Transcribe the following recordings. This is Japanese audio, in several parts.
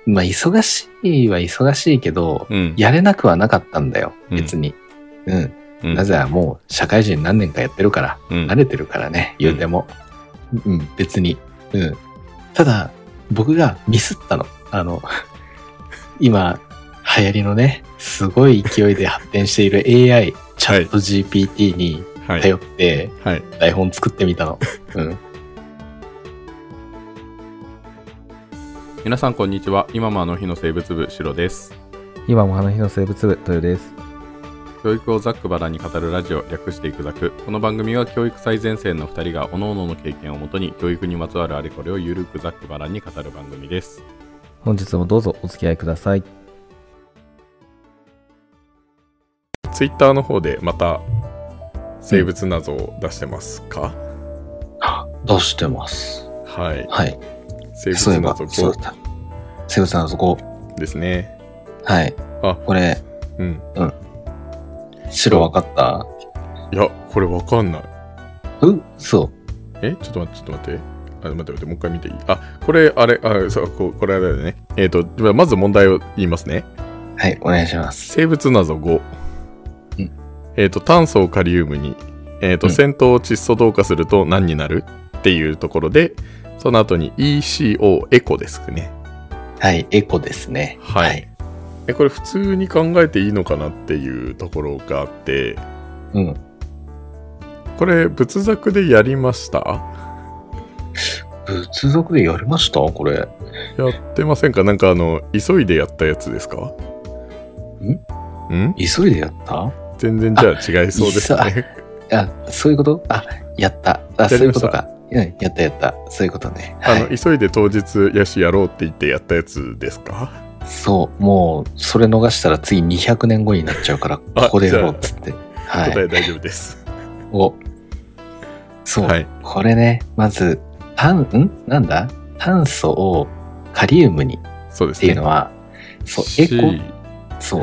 まあ忙しいは忙しいけど、やれなくはなかったんだよ、別に。なぜならもう社会人何年かやってるから、慣れてるからね、言うても。別に。ただ、僕がミスったの。今、流行りのね、すごい勢いで発展している AI、チャット GPT に頼って、台本作ってみたの。 皆さんこんにちは。今もあの日の生物部シロです。 今もあの日の生物部豊です。 教育をざっくばらんに語るラジオ、略していくざく。この番組は教育最前線の2人が各々の経験をもとに教育にまつわるあれこれをゆるくざっくばらんに語る番組です。 本日もどうぞお付き合いください。 ツイッターの方でまた生物謎を出してますか？ 出してます。 はい。生物謎5。 生物謎5 ですね。 はい。これ、白分かった？ いや、これ分かんない。 そう。 ちょっと待って。待って、もう一回見ていい？これ、これあれだよね。まず問題を言いますね。 はい、お願いします。 生物謎5。炭素をカリウムに、先頭を窒素同化すると何になるっていうところで、その後に ECO、エコですね。 はい、エコですね。 はい。これ普通に考えていいのかなっていうところがあって、これ仏作でやりました？ 仏作でやりました？これ。 やってませんか？なんか急いでやったやつですか？ 急いでやった？ 全然じゃあ違いそうですね。 そういうこと？やった。そういうことか。やった。そういうことね。 急いで当日やろうって言ってやったやつですか？ そう。もう、それ逃したら次200年後になっちゃうから、ここでやろうっつって。 答え大丈夫です。 そう。これね、まず、なんだ？炭素をカリウムにっていうのは、そう、エコ、そう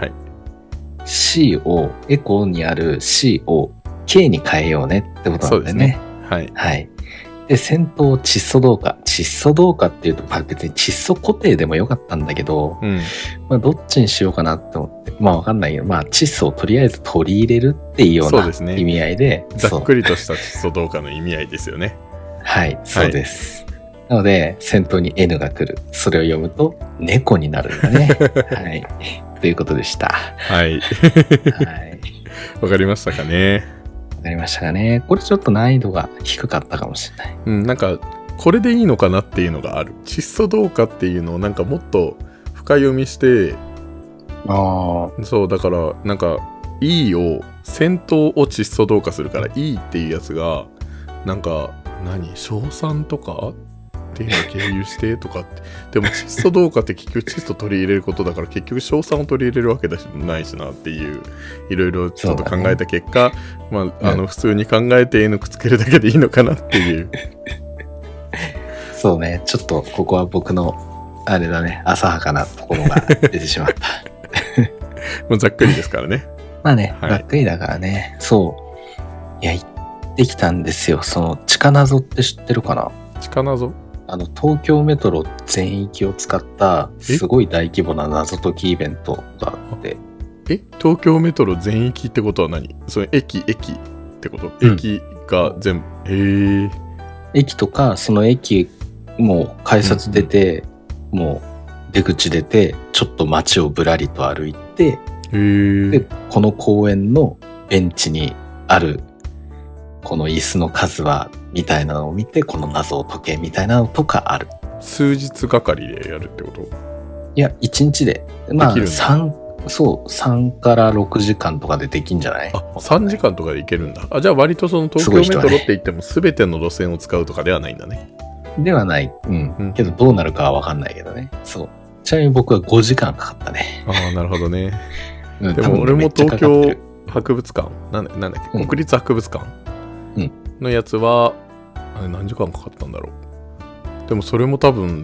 。C を、エコにある C を K に変えようねってことなんだよね。はい。で、先頭窒素同化。窒素同化っていうと、別に窒素固定でもよかったんだけど、どっちにしようかなって思って、わかんないけど、窒素をとりあえず取り入れるっていうような意味合いで。 ざっくりとした窒素同化の意味合いですよね。 はい、そうです。なので、先頭に N が来る。それを読むと、猫になるんだね。はい。ということでした。 はい。わかりましたかね。 わかりましたかね。これちょっと難易度が低かったかもしれない。 なんか、これでいいのかなっていうのがある。窒素同化っていうのをなんかもっと深読みして、そう、だから、なんか、E を、先頭を窒素同化するから E っていうやつが、なんか、硝酸とかっていうのを経由してとかって。でも窒素同化って結局窒素取り入れることだから結局硝酸を取り入れるわけだしないしなっていう、いろいろちょっと考えた結果、普通に考えて N くっつけるだけでいいのかなっていう。 そうね、ちょっとここは僕のあれだね、浅はかなところが出てしまった。 もうざっくりですからね。 ざっくりだからね。そう。いや、行ってきたんですよ。その地下謎って知ってるかな？ 地下謎？ 東京メトロ全域を使ったすごい大規模な謎解きイベントがあって。 東京メトロ全域ってことは何？その駅ってこと？駅が全部。 駅とか、その駅も改札出て、もう出口出て、ちょっと街をぶらりと歩いて、で、この公園のベンチにあるこの椅子の数はみたいなのを見て、この謎を解けみたいなのとかある。 数日がかりでやるってこと？ いや、1日で。3から6時間とかでできんじゃない？ 3時間とかでいけるんだ。じゃあ割とその東京メトロって言っても全ての路線を使うとかではないんだね。 ではない。けどどうなるかは分かんないけどね。そう。ちなみに僕は5時間かかったね。 なるほどね。でも俺も東京博物館なんだっけ、国立博物館のやつは何時間かかったんだろう。でもそれも多分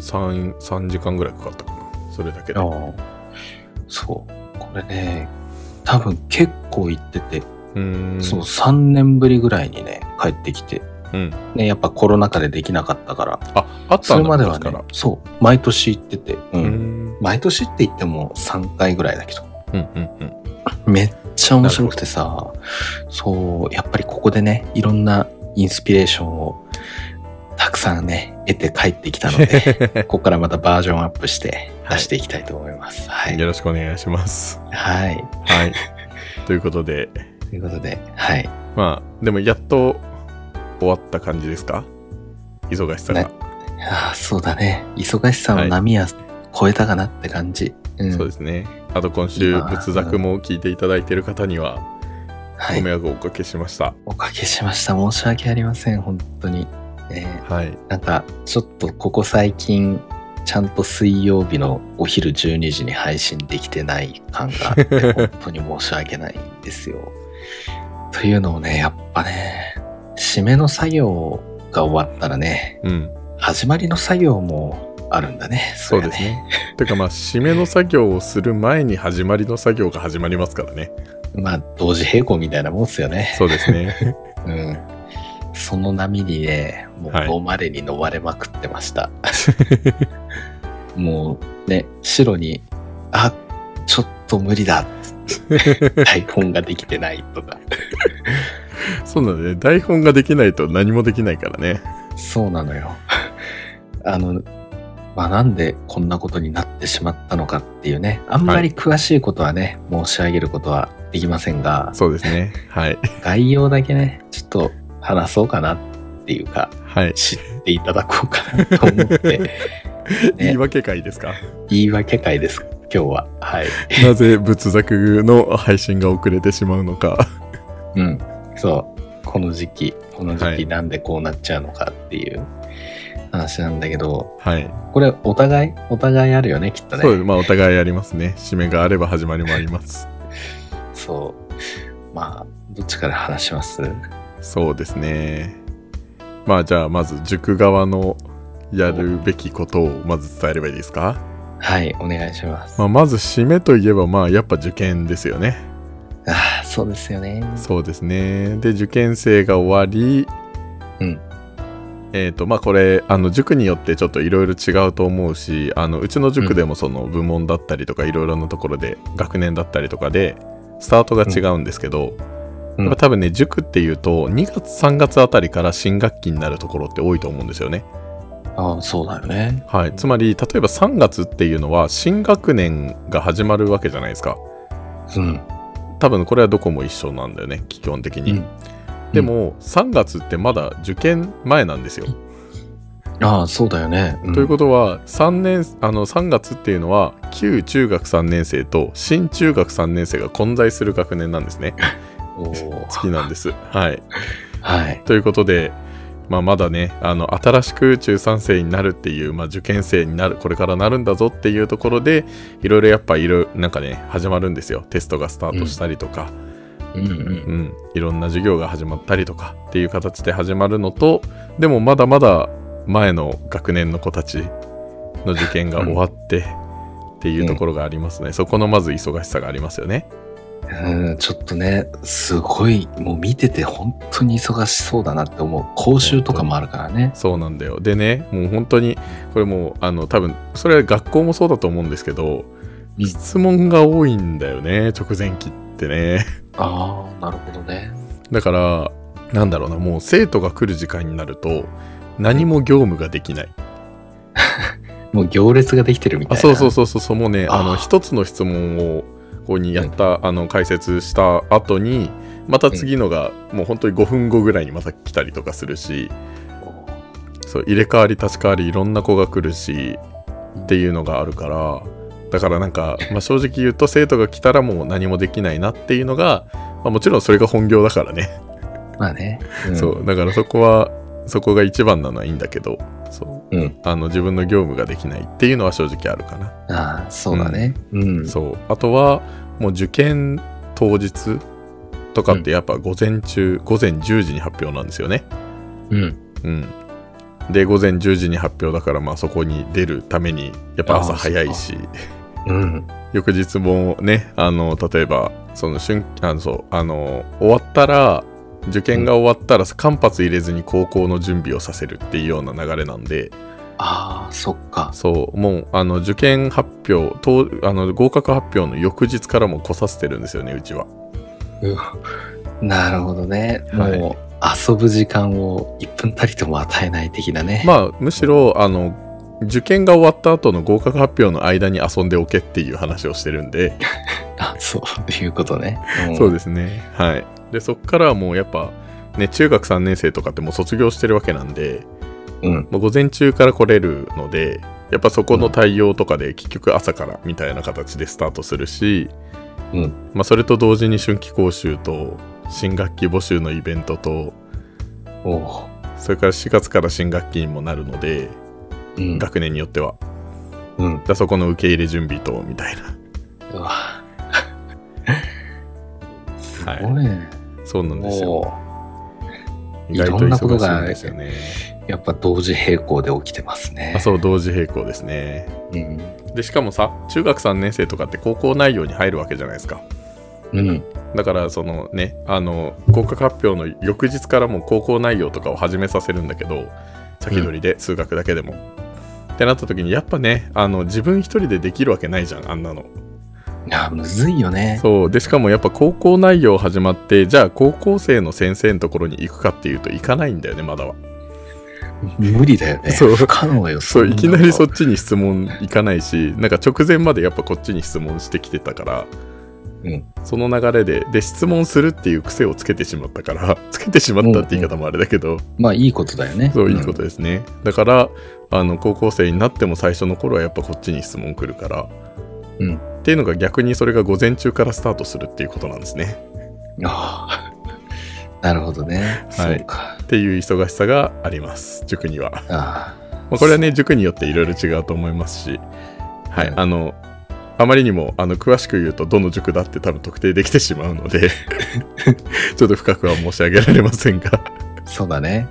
3時間ぐらいかかったかな。それだけで。 そう。これね、多分結構行ってて、そう3年ぶりぐらいにね帰ってきて、ね、やっぱコロナ禍でできなかったから、 あったんだ。 それまではね、そう毎年行ってて、 毎年って言っても3回ぐらいだけど。 うんうんうん。めっちゃ面白くてさ、そう、やっぱりここでね、いろんなインスピレーションをたくさんね、得て帰ってきたので、ここからまたバージョンアップして出していきたいと思います。はい。 よろしくお願いします。 はい。 はい。ということで。 はい。 まあ、でもやっと終わった感じですか？忙しさが。 ああ、そうだね。忙しさの波は超えたかなって感じ。 うん、そうですね。あと今週、仏作も聞いていただいている方には、ご迷惑をおかけしました。 おかけしました。申し訳ありません。本当に。 はい。 なんか、ちょっとここ最近、ちゃんと水曜日のお昼12時に配信できてない感があって、本当に申し訳ないんですよ。というのもね、やっぱね、締めの作業が終わったらね、始まりの作業もあるんだね。 そうですね。てかまあ、締めの作業をする前に始まりの作業が始まりますからね。 まあ、同時並行みたいなもんですよね。 そうですね。 うん。その波にね、もう飲まれに飲まれまくってました。もうね、白に、あ、ちょっと無理だっつって台本ができてないとか。 そうなんだね。台本ができないと何もできないからね。 そうなのよ。まあ、なんでこんなことになってしまったのかっていうね、あんまり詳しいことはね、申し上げることはできませんが、 そうですね。はい。 概要だけね、ちょっと話そうかなっていうか、 はい、 知っていただこうかなと思って。ね、 言い訳会ですか？ 言い訳会です、今日は。はい。 なぜ仏作の配信が遅れてしまうのか。 うん。そう。この時期なんでこうなっちゃうのかっていう話なんだけど、 はい。 これお互いあるよね、きっとね。 そうです。まあお互いありますね。締めがあれば始まりもあります。 そう。まあ、どっちから話します？ そうですね。まあじゃあまず塾側のやるべきことをまず伝えればいいですか？ はい、お願いします。 まず締めといえばまあやっぱ受験ですよね。 ああ、そうですよね。 そうですね。で受験生が終わり、まあこれ塾によってちょっといろいろ違うと思うし、うちの塾でもその部門だったりとかいろいろなところで学年だったりとかでスタートが違うんですけど、やっぱ多分ね、塾っていうと2月3月あたりから新学期になるところって多いと思うんですよね。 ああ、そうだよね。 はい。つまり例えば3月っていうのは新学年が始まるわけじゃないですか。 うん。 多分これはどこも一緒なんだよね、基本的に。でも3月ってまだ受験前なんですよ。 ああ、そうだよね。 ということは3月っていうのは旧中学3年生と新中学3年生が混在する学年なんですね。月なんです。はい。 はい。 ということで、まだね、新しく中3生になるっていう、受験生になる、これからなるんだぞっていうところで、いろいろやっぱなんかね、始まるんですよ。テストがスタートしたりとか、いろんな授業が始まったりとかっていう形で始まるのと、でもまだまだ前の学年の子たちの受験が終わってっていうところがありますね。そこのまず忙しさがありますよね。 ちょっとね、すごい、もう見てて本当に忙しそうだなって思う。講習とかもあるからね。 そうなんだよ。でね、もう本当に、これもう、多分、それは学校もそうだと思うんですけど、質問が多いんだよね、直前期ってね。 ああ、なるほどね。 だから、なんだろうな、もう生徒が来る時間になると、何も業務ができない。 もう行列ができてるみたいな。 そう、もうね、一つの質問を、ここにやった、解説した後にまた次のがもう本当に5分後ぐらいにまた来たりとかするし、そう入れ替わり立ち替わりいろんな子が来るしっていうのがあるから、だからなんか、正直言うと生徒が来たらもう何もできないなっていうのが、もちろんそれが本業だからね。 まあね、 そうだからそこが一番なのはいいんだけど、そう、自分の業務ができないっていうのは正直あるかな。 ああ、そうだね。 そう。あとはもう受験当日とかってやっぱ午前10時に発表なんですよね。で午前10時に発表だから、そこに出るためにやっぱ朝早いし、翌日もね、例えばその終わったら、受験が終わったら間髪入れずに高校の準備をさせるっていうような流れなんで、 ああ、そっか。 そう、もう受験発表合格発表の翌日からも来させてるんですよね、うちは。 なるほどね。もう遊ぶ時間を1分たりとも与えない的なね。 まあむしろ受験が終わった後の合格発表の間に遊んでおけっていう話をしてるんでそういうことね、 そうですね。はい。でそっからはもうやっぱね、中学3年生とかってもう卒業してるわけなんで、もう午前中から来れるので、やっぱそこの対応とかで結局朝からみたいな形でスタートするし、まあ、それと同時に春季講習と新学期募集のイベントと、それから4月から新学期にもなるので、学年によっては、だそこの受け入れ準備とみたいな。 すごいね。 そうなんですよ。 意外と忙しいんですよね。やっぱ同時並行で起きてますね。 そう、同時並行ですね。でしかもさ、中学3年生とかって高校内容に入るわけじゃないですか。だからそのね、合格発表の翌日からも高校内容とかを始めさせるんだけど、先取りで数学だけでも、ってなった時にやっぱね、自分一人でできるわけないじゃん、あんなの。 いや、むずいよね。 そうで、しかもやっぱ高校内容始まって、じゃあ高校生の先生のところに行くかっていうと行かないんだよね、まだは。 無理だよね。不可能よ。 そう、いきなりそっちに質問行かないし、なんか直前までやっぱこっちに質問してきてたから、その流れで質問するっていう癖をつけてしまったから、つけてしまったって言い方もあれだけど、 まあいいことだよね。 そう、いいことですね。だから高校生になっても最初の頃はやっぱこっちに質問来るから、っていうのが逆にそれが午前中からスタートするっていうことなんですね。 なるほどね。そうか。 っていう忙しさがあります、塾には。まあこれはね、塾によっていろいろ違うと思いますし、あまりにも詳しく言うとどの塾だって多分特定できてしまうのでちょっと深くは申し上げられませんがそうだね。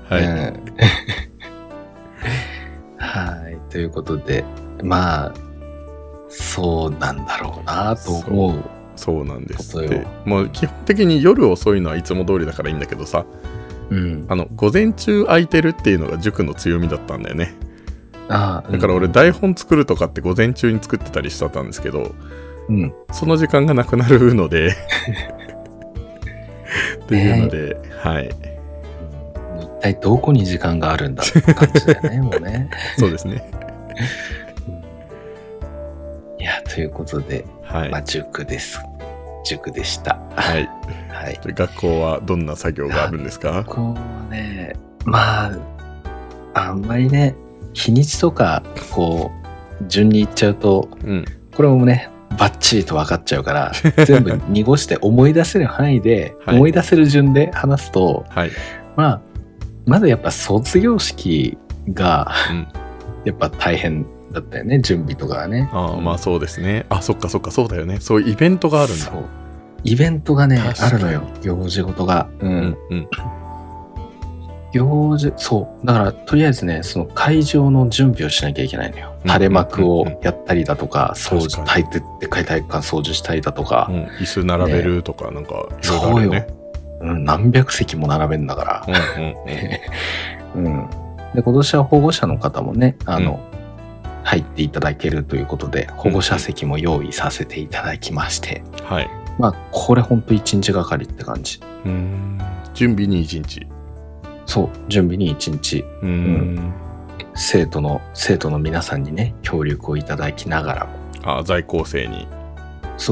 ということで、まあそうなんだろうなと思う。 そうなんですって。もう基本的に夜遅いのはいつも通りだからいいんだけどさ、午前中空いてるっていうのが塾の強みだったんだよね。だから俺台本作るとかって午前中に作ってたりしてたんですけど、その時間がなくなるのでっていうので、 一体どこに時間があるんだって感じだよね。もうね。 そうですね。 いや、ということで、まあ塾でした。 学校はどんな作業があるんですか？ 学校はね、まああんまりね、日にちとかこう順に言っちゃうと、これもねバッチリと分かっちゃうから全部濁して思い出せる範囲で、思い出せる順で話すと、まずやっぱ卒業式が、やっぱ大変だったよね、準備とかはね。 まあそうですね。そっかそうだよね。そういうイベントがあるんだ。そう、 イベントがねあるのよ、行事事が。行事、そうだからとりあえずね、その会場の準備をしなきゃいけないのよ。垂れ幕をやったりだとか、掃除、でっかい体育館掃除したりだとか、 椅子並べるとか、なんかいろいろあるね。 何百席も並べるんだから。で、今年は保護者の方もね、入っていただけるということで、保護者席も用意させていただきまして、まあこれほんと1日がかりって感じ。 準備に1日。 そう、準備に1日。生徒の皆さんにね、協力をいただきながらも。 在校生に。 そう。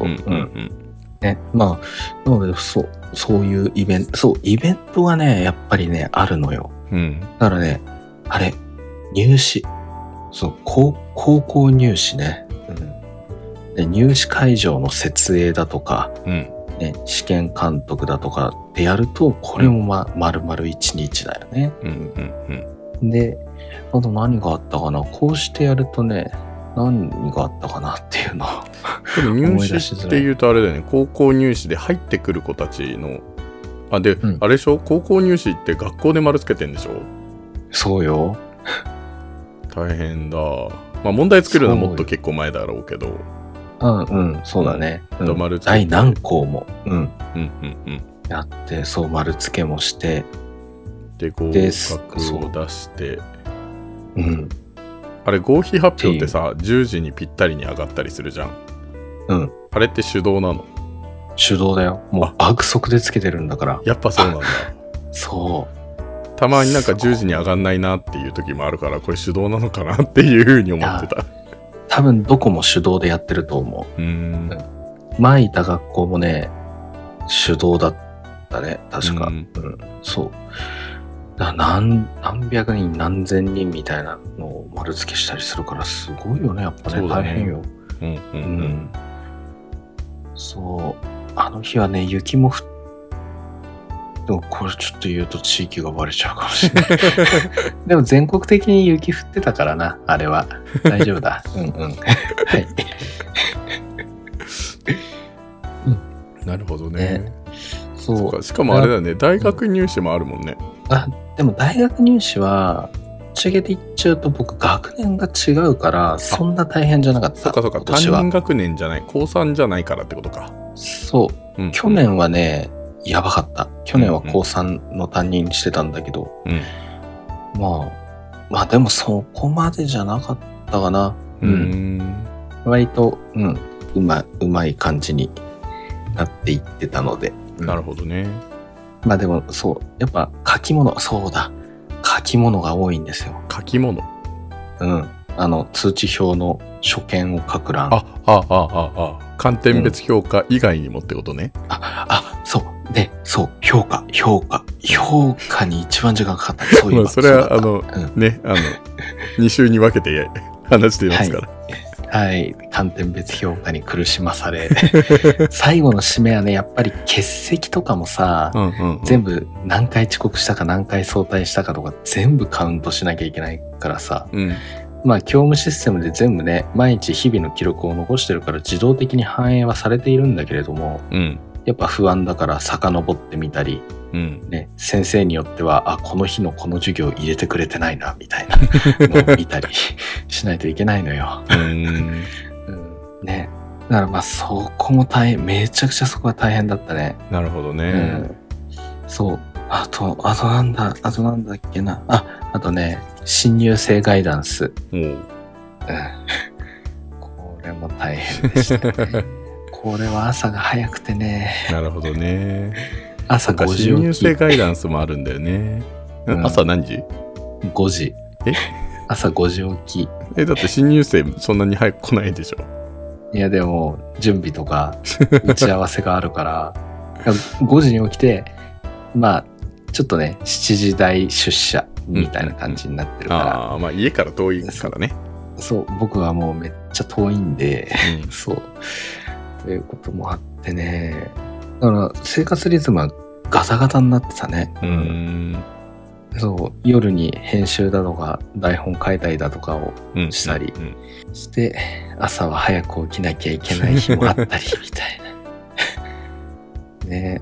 ね、まあなのでそういうイベントがね、やっぱりねあるのよ。だからね、あれ入試、そう高校入試ね。で入試会場の設営だとか、試験監督だとかでやると、これも丸々1日だよね。で、あと何があったかな、こうしてやるとね、何があったかなっていうのを入試っていうとあれだよね、高校入試で入ってくる子たちのあれでしょ、高校入試って学校で丸つけてんでしょ。 そうよ。 大変だ。まあ問題作るのはもっと結構前だろうけど、 そうだね。第何校もやって、そう丸付けもして、 で合格を出して、 うん。 あれ合否発表ってさ、10時にぴったりに上がったりするじゃん。 うん。 あれって手動なの？ 手動だよ。もう爆速でつけてるんだから。 やっぱそうなんだ。 そう。 たまになんか10時に上がんないなっていう時もあるから、これ手動なのかなっていう風に思ってた。 多分どこも手動でやってると思う。前いた学校もね、手動だったね、確か。そう。何百人何千人みたいなのを丸付けしたりするからすごいよね、やっぱね。大変よ。そう。あの日はね、雪もでもこれちょっと言うと地域がバレちゃうかもしれない。でも全国的に雪降ってたからな、あれは。大丈夫だ。はい。 なるほどね。そう。しかもあれだね、大学入試もあるもんね。 でも大学入試は、ぶっちゃけて言っちゃうと僕学年が違うからそんな大変じゃなかった。 そうか担任学年じゃない、高3じゃないからってことか。 そう、去年はねやばかった。去年は高3の担任してたんだけど、まあでもそこまでじゃなかったかな。割とうまい感じになっていってたので。 なるほどね。 まあでもそうやっぱ書き物が多いんですよ。 書き物。 通知表の所見を書く欄。 観点別評価以外にもってことね。 そうで、そう評価に一番時間かかった。 そういうそれは2週に分けて話していますから。 はい、観点別評価に苦しまされ最後の締めはねやっぱり欠席とかもさ、全部何回遅刻したか何回早退したかとか全部カウントしなきゃいけないからさ、まあ教務システムで全部ね毎日日々の記録を残してるから自動的に反映はされているんだけれども、やっぱ不安だから遡ってみたり、先生によってはこの日のこの授業入れてくれてないなみたいなのを見たりしないといけないのよ。ね、だからまあそこもめちゃくちゃそこは大変だったね。 なるほどね。 そう。あとなんだっけな。あとね、新入生ガイダンス。これも大変でしたね。これは朝が早くてね。 なるほどね。 朝5時起き。 新入生ガイダンスもあるんだよね。朝何時 ?5 時。朝5時起き。だって新入生そんなに早く来ないでしょ。 いやでも準備とか打ち合わせがあるから5時に起きて、まあちょっとね7時台出社みたいな感じになってるから、 まあ家から遠いからね。 そう僕はもうめっちゃ遠いんで、そうということもあってね、だから生活リズムはガタガタになってたね。そう夜に編集だとか台本書いたりだとかをしたりして、朝は早く起きなきゃいけない日もあったりみたいなね。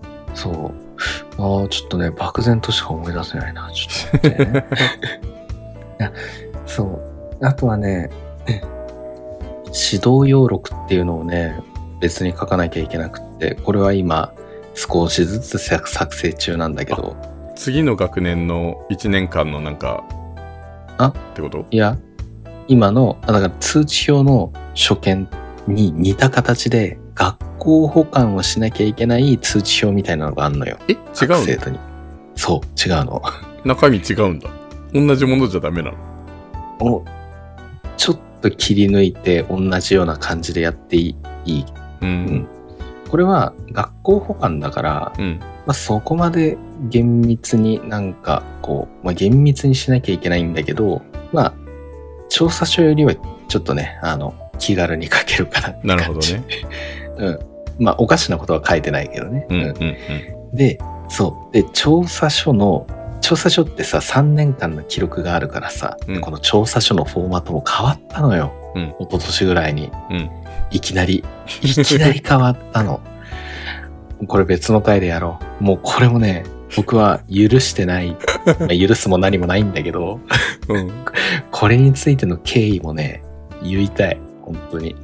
そうちょっとね漠然としか思い出せないな。ちょっと待ってね。いやそうあとはね指導要録っていうのをね別に書かなきゃいけなくって、これは今少しずつ作成中なんだけど、 次の学年の1年間のなんかってこと？ いや今のだから通知表の所見に似た形で学校保管をしなきゃいけない通知表みたいなのがあるのよ。 違うの？ 生徒に。そう違うの。 中身違うんだ。同じものじゃダメなの？ ちょっと切り抜いて同じような感じでやっていい。これは学校保管だから、そこまで厳密になんか厳密にしなきゃいけないんだけど、調査書よりはちょっとね気軽に書けるかなって感じ。 なるほどね。おかしなことは書いてないけどね。で調査書ってさ3年間の記録があるからさ、この調査書のフォーマットも変わったのよ。一昨年ぐらいに、いきなり変わったの。これ別の回でやろう。もうこれもね僕は許してない、許すも何もないんだけど、これについての経緯もね言いたい。本当に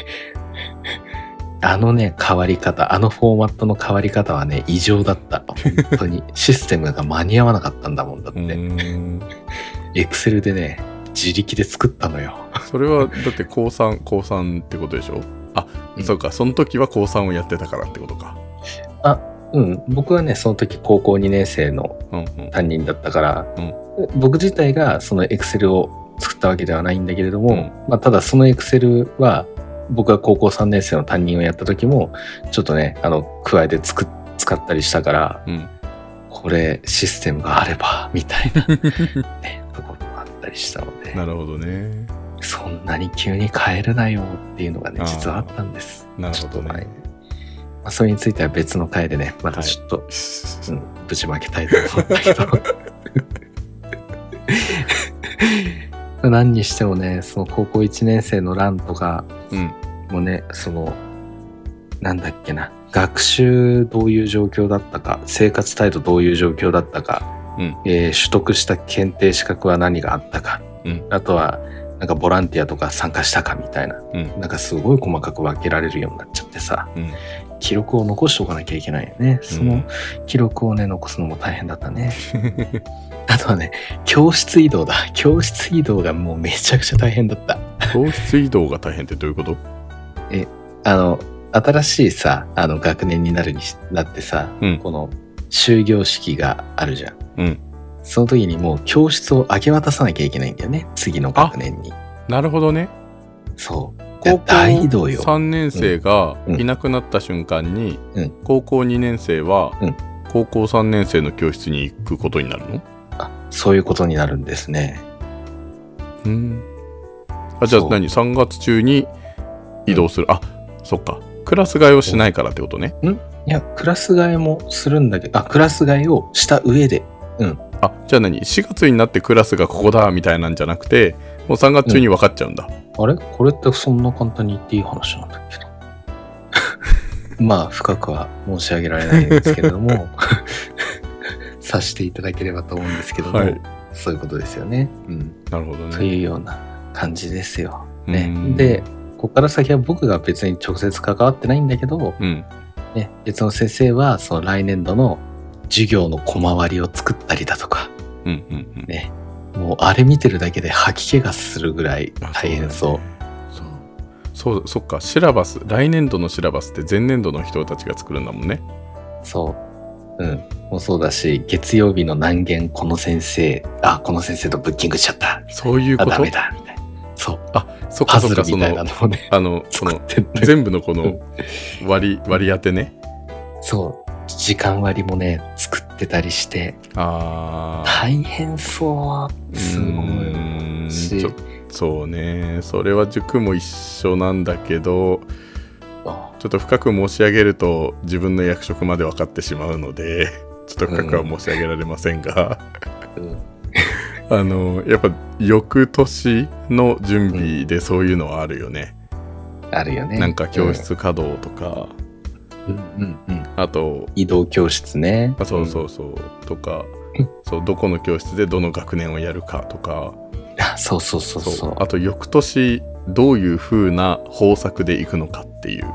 変わり方、フォーマットの変わり方はね異常だった。本当にシステムが間に合わなかったんだもんだって。 Excel でね、自力で作ったのよ。 それはだって高3ってことでしょ。そうか、その時は高3をやってたからってことか。 僕はね、その時高校2年生の担任だったから、僕自体がその Excel を作ったわけではないんだけれども、ただその Excel は僕が高校3年生の担任をやった時もちょっとね加えて使ったりしたから、これシステムがあればみたいな、ね、ところもあったりしたので。 なるほどね。 そんなに急に変えるなよっていうのがね実はあったんです。 なるほどね。 それについては別の回でねまたちょっと、ぶちまけたいと思うんだけど何にしてもね、その高校1年生の欄とかもね、なんだっけな、学習どういう状況だったか、生活態度どういう状況だったか、取得した検定資格は何があったか、あとはなんかボランティアとか参加したかみたいな、なんかすごい細かく分けられるようになっちゃってさ、記録を残しておかなきゃいけないよね。その記録をね残すのも大変だったね。あとはね、教室移動だ。教室移動がもうめちゃくちゃ大変だった。 教室移動が大変ってどういうこと？ 新しいさ、学年になってさ、この終業式があるじゃん。その時にもう教室を明け渡さなきゃいけないんだよね。次の学年に。 なるほどね。 そう。 高校3年生がいなくなった瞬間に、高校2年生は高校3年生の教室に行くことになるの？ そういうことになるんですね。 じゃあ何？3月中に移動する。そっか。クラス替えをしないからってことね。 いや、クラス替えもするんだけど、クラス替えをした上で。 じゃあ何？ 4 月になってクラスがここだみたいなんじゃなくて、もう3月中に分かっちゃうんだ。 あれ？これってそんな簡単に言っていい話なんだけど。深くは申し上げられないんですけれども、させていただければと思うんですけども、そういうことですよね。 なるほどね。 というような感じですよ。ね。で、ここから先は僕が別に直接関わってないんだけど、別の先生はその来年度の授業の小回りを作ったりだとか、ね、もうあれ見てるだけで吐き気がするぐらい大変そう。 そっか、シラバス、来年度のシラバスって前年度の人たちが作るんだもんね。 そう。もうそうだし、月曜日の何件この先生とブッキングしちゃった。 そういうこと？ ダメだみたいな。そう。 そっかそっか、 みたいなのもね。 その全部のこの割り当てね。 そう。時間割もね作ってたりして、大変そう。すごいし。 そうね。それは塾も一緒なんだけど、ちょっと深く申し上げると自分の役職まで分かってしまうので、ちょっと深くは申し上げられませんが、やっぱ翌年の準備でそういうのはあるよね。 あるよね。 なんか教室稼働とか、あと移動教室ね。 そうとか、そうどこの教室でどの学年をやるかとか、 そう。 あと翌年どういう風な方策でいくのかっていう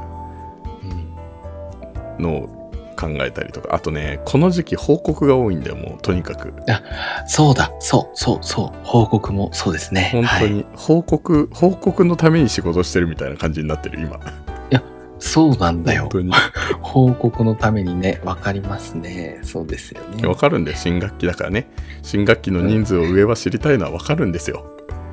のを考えたりとか、あとね、この時期報告が多いんだよ、もうとにかく。 そうだ、そう報告もそうですね。 本当に報告のために仕事してるみたいな感じになってる今。 いや、そうなんだよ。 本当に報告のためにね、わかりますね。そうですよね。 わかるんだよ、新学期だからね。新学期の人数を上は知りたいのはわかるんですよ。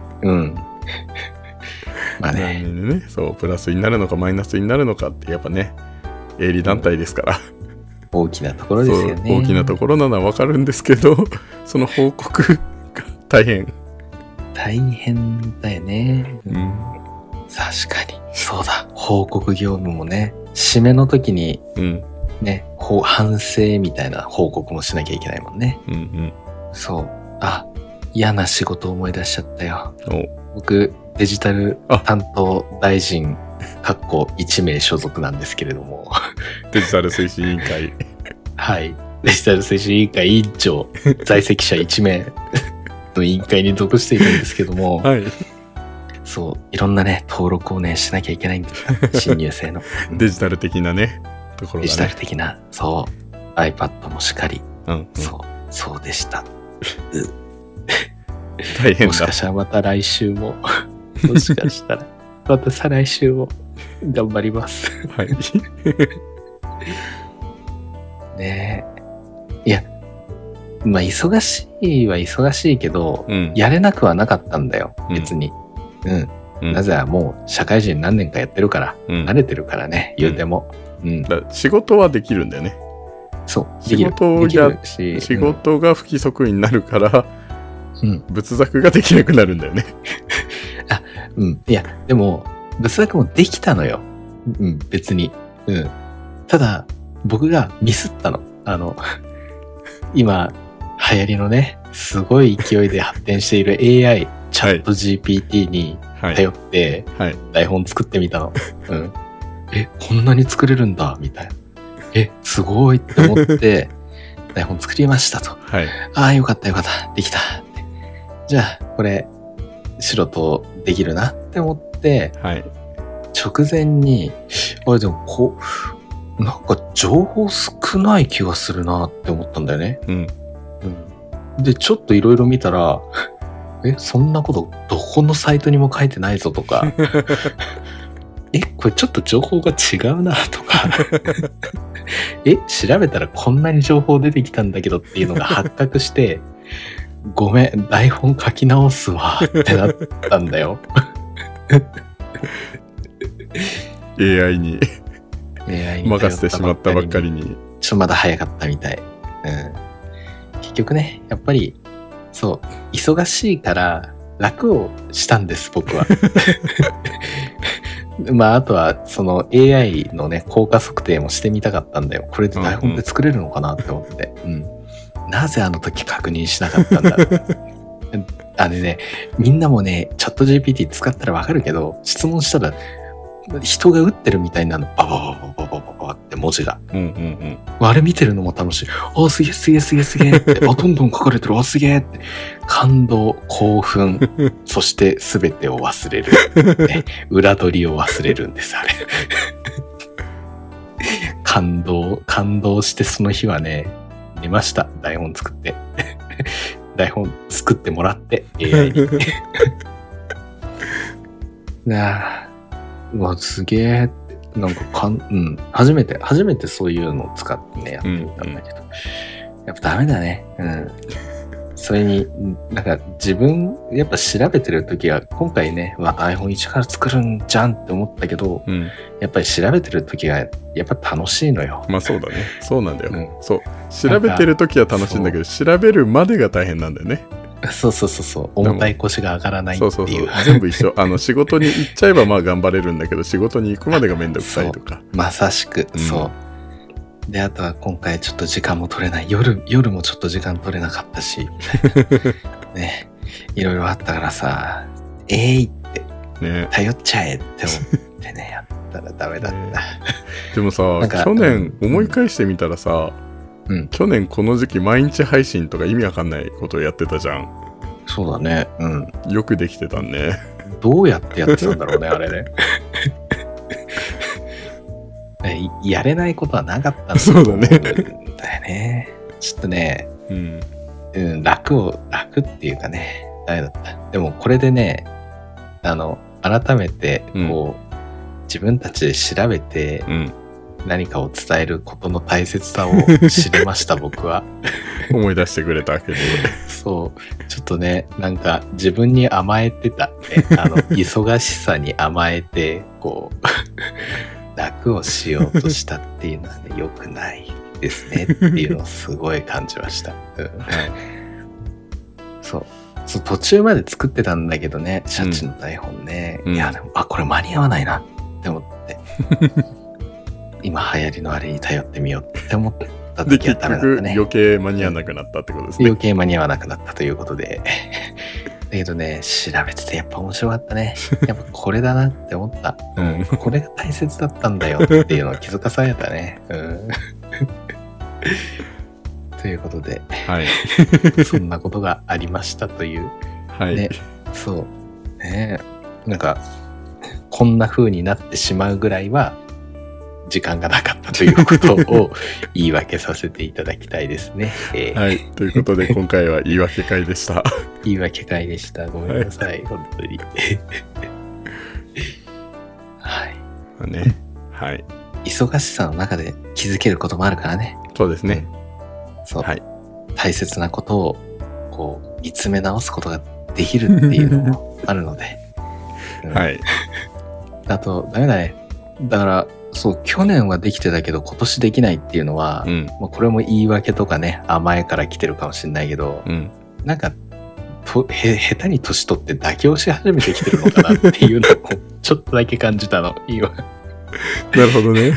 まあね。 そう、プラスになるのかマイナスになるのかってやっぱね、営利団体ですから。 大きなところですよね。 大きなところなのはわかるんですけど、その報告が大変だよね。確かにそうだ、報告業務もね、締めの時にね、反省みたいな報告もしなきゃいけないもんね。そう。嫌な仕事を思い出しちゃったよ。僕デジタル担当大臣1名所属なんですけれども、 デジタル推進委員会はい、デジタル推進委員会委員長在籍者1名の委員会に属しているんですけども、そう、いろんなね登録をねしなきゃいけないんですよ、新入生のデジタル的なねところだね。 デジタル的な、そう、iPad もしかり、そうでした。 大変だ。 もしかしたらまた来週も、もしかしたら、また再来週も頑張ります。 はい。 ねえ。いや、まあ忙しいは忙しいけど、 うん、 やれなくはなかったんだよ、別に。なぜならもう社会人何年かやってるから、慣れてるからね、言うても。 だ仕事はできるんだよね。 そう。 仕事が不規則になるから、仏作ができなくなるんだよね。 いや、でも、仏作もできたのよ。別に。ただ、僕がミスったの。今、流行りのね、すごい勢いで発展している AI、チャット GPT に頼って、台本作ってみたの。こんなに作れるんだ、みたいな。すごいって思って、台本作りましたと。ああ、よかったよかった。できた。じゃあ、これ、白とできるなって思って、直前に、でもなんか情報少ない気がするなって思ったんだよね。で、ちょっといろいろ見たら、そんなことどこのサイトにも書いてないぞとか、これちょっと情報が違うなとか、調べたらこんなに情報出てきたんだけどっていうのが発覚して、ごめん、台本書き直すわってなったんだよ。 AI に任せてしまったばっかりに。 ちょっとまだ早かったみたい。結局ね、やっぱり、そう、忙しいから楽をしたんです、僕は。まあ、あとは、その AI のね、効果測定もしてみたかったんだよ。これで台本で作れるのかなって思って。なぜあの時確認しなかったんだろう。ね、みんなもね、チャット GPT 使ったらわかるけど、質問したら、人が打ってるみたいなの、ババババババババって文字が。あれ見てるのも楽しい。すげえすげえすげえすげえって、どんどん書かれてる、すげえって。感動、興奮、そして全てを忘れる。ね、裏取りを忘れるんです、あれ。感動してその日はね、寝ました。台本作って。台本作ってもらって、AI に。すげえって、なんか初めてそういうのを使ってね、やってみたんだけど、やっぱダメだね。それに、なんか自分、やっぱ調べてるときは、今回ね、台本一から作るんじゃんって思ったけど、やっぱり調べてるときが、やっぱ楽しいのよ。 まあそうだね。そうなんだよ。そう。調べてるときは楽しいんだけど、調べるまでが大変なんだよね。 そう。重たい腰が上がらないっていう。 そう。全部一緒。仕事に行っちゃえばまあ頑張れるんだけど、仕事に行くまでがめんどくさいとか。 まさしく、そう。で、あとは今回ちょっと時間も取れない。夜もちょっと時間取れなかったし、ね、いろいろあったからさ、って、頼っちゃえって思ってね、やったらダメだった。 でもさ、去年思い返してみたらさ、去年この時期毎日配信とか意味わかんないことをやってたじゃん。 そうだね。 よくできてたね。 どうやってやってたんだろうね、あれね。やれないことはなかったんだと思うんだよね。ちょっとね、楽っていうかね、ダメだった。でもこれでね、改めて自分たちで調べて、何かを伝えることの大切さを知りました、僕は。 思い出してくれたわけで。 そう。ちょっとね、なんか自分に甘えてた、ね。忙しさに甘えて、楽をしようとしたっていうのはね、良くないですねっていうのをすごい感じました。そう。途中まで作ってたんだけどね、シャチの台本ね。いや、でも、これ間に合わないなって思って。今流行りのあれに頼ってみようって思った時はダメだったね。 で、結局余計間に合わなくなったってことですね。 余計間に合わなくなったということで。だけどね、調べててやっぱ面白かったね。やっぱこれだなって思った。これが大切だったんだよっていうのを気づかされたね。ということで、そんなことがありましたという。ね、そう。ね、なんか、こんな風になってしまうぐらいは、時間がなかったということを言い訳させていただきたいですね。 はい。ということで、今回は言い訳会でした。 言い訳会でした。ごめんなさい、本当に。はい。 ね。はい。 忙しさの中で気づけることもあるからね。 そうですね。 そう。はい。大切なことを、こう、見つめ直すことができるっていうのもあるので。 はい。 あと、ダメだね。だから、そう、去年はできてたけど、今年できないっていうのは、まあ、これも言い訳とかね、甘えから来てるかもしれないけど、なんか、下手に年取って妥協し始めてきてるのかなっていうのを、ちょっとだけ感じたの、今。なるほどね。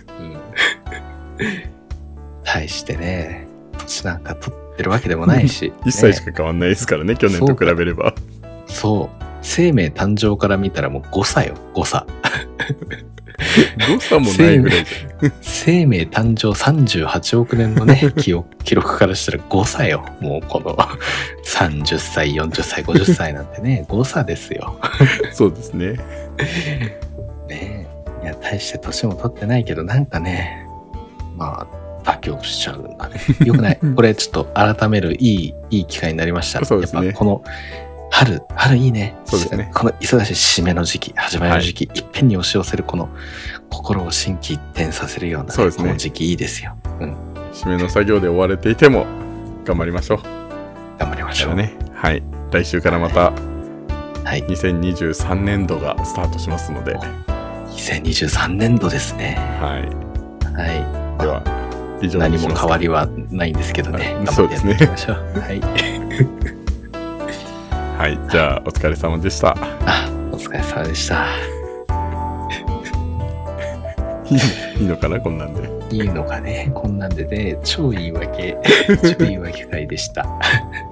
対してね、年なんか取ってるわけでもないし。 1歳しか変わんないですからね、去年と比べれば。 そう。生命誕生から見たらもう誤差よ、誤差。 誤差もないぐらいじゃん。生命誕生38億年のね、記録からしたら誤差よ。もうこの30歳、40歳、50歳なんてね、誤差ですよ。 そうですね。 ねえ。いや、大して年も取ってないけど、なんかね、まあ、妥協しちゃうんだね。よくない。これちょっと改めるいい機会になりました。 そうですね。 やっぱこの、春いいね。 そうですね。 この忙しい締めの時期、始まりの時期、いっぺんに押し寄せるこの心を心機一転させるような、 そうですね、 この時期いいですよ。 締めの作業で追われていても頑張りましょう。 頑張りましょう。 ね。はい。来週からまた、 はい。 2023年度がスタートしますので。 2023年度ですね。 はい。 はい。 では、以上に何も変わりはないんですけどね。 そうですね。 頑張ってやっていきましょう。はい。 はい、じゃあお疲れ様でした。 お疲れ様でした。 いいのかな、こんなんで。 いいのかね、こんなんでね、超言い訳会でした。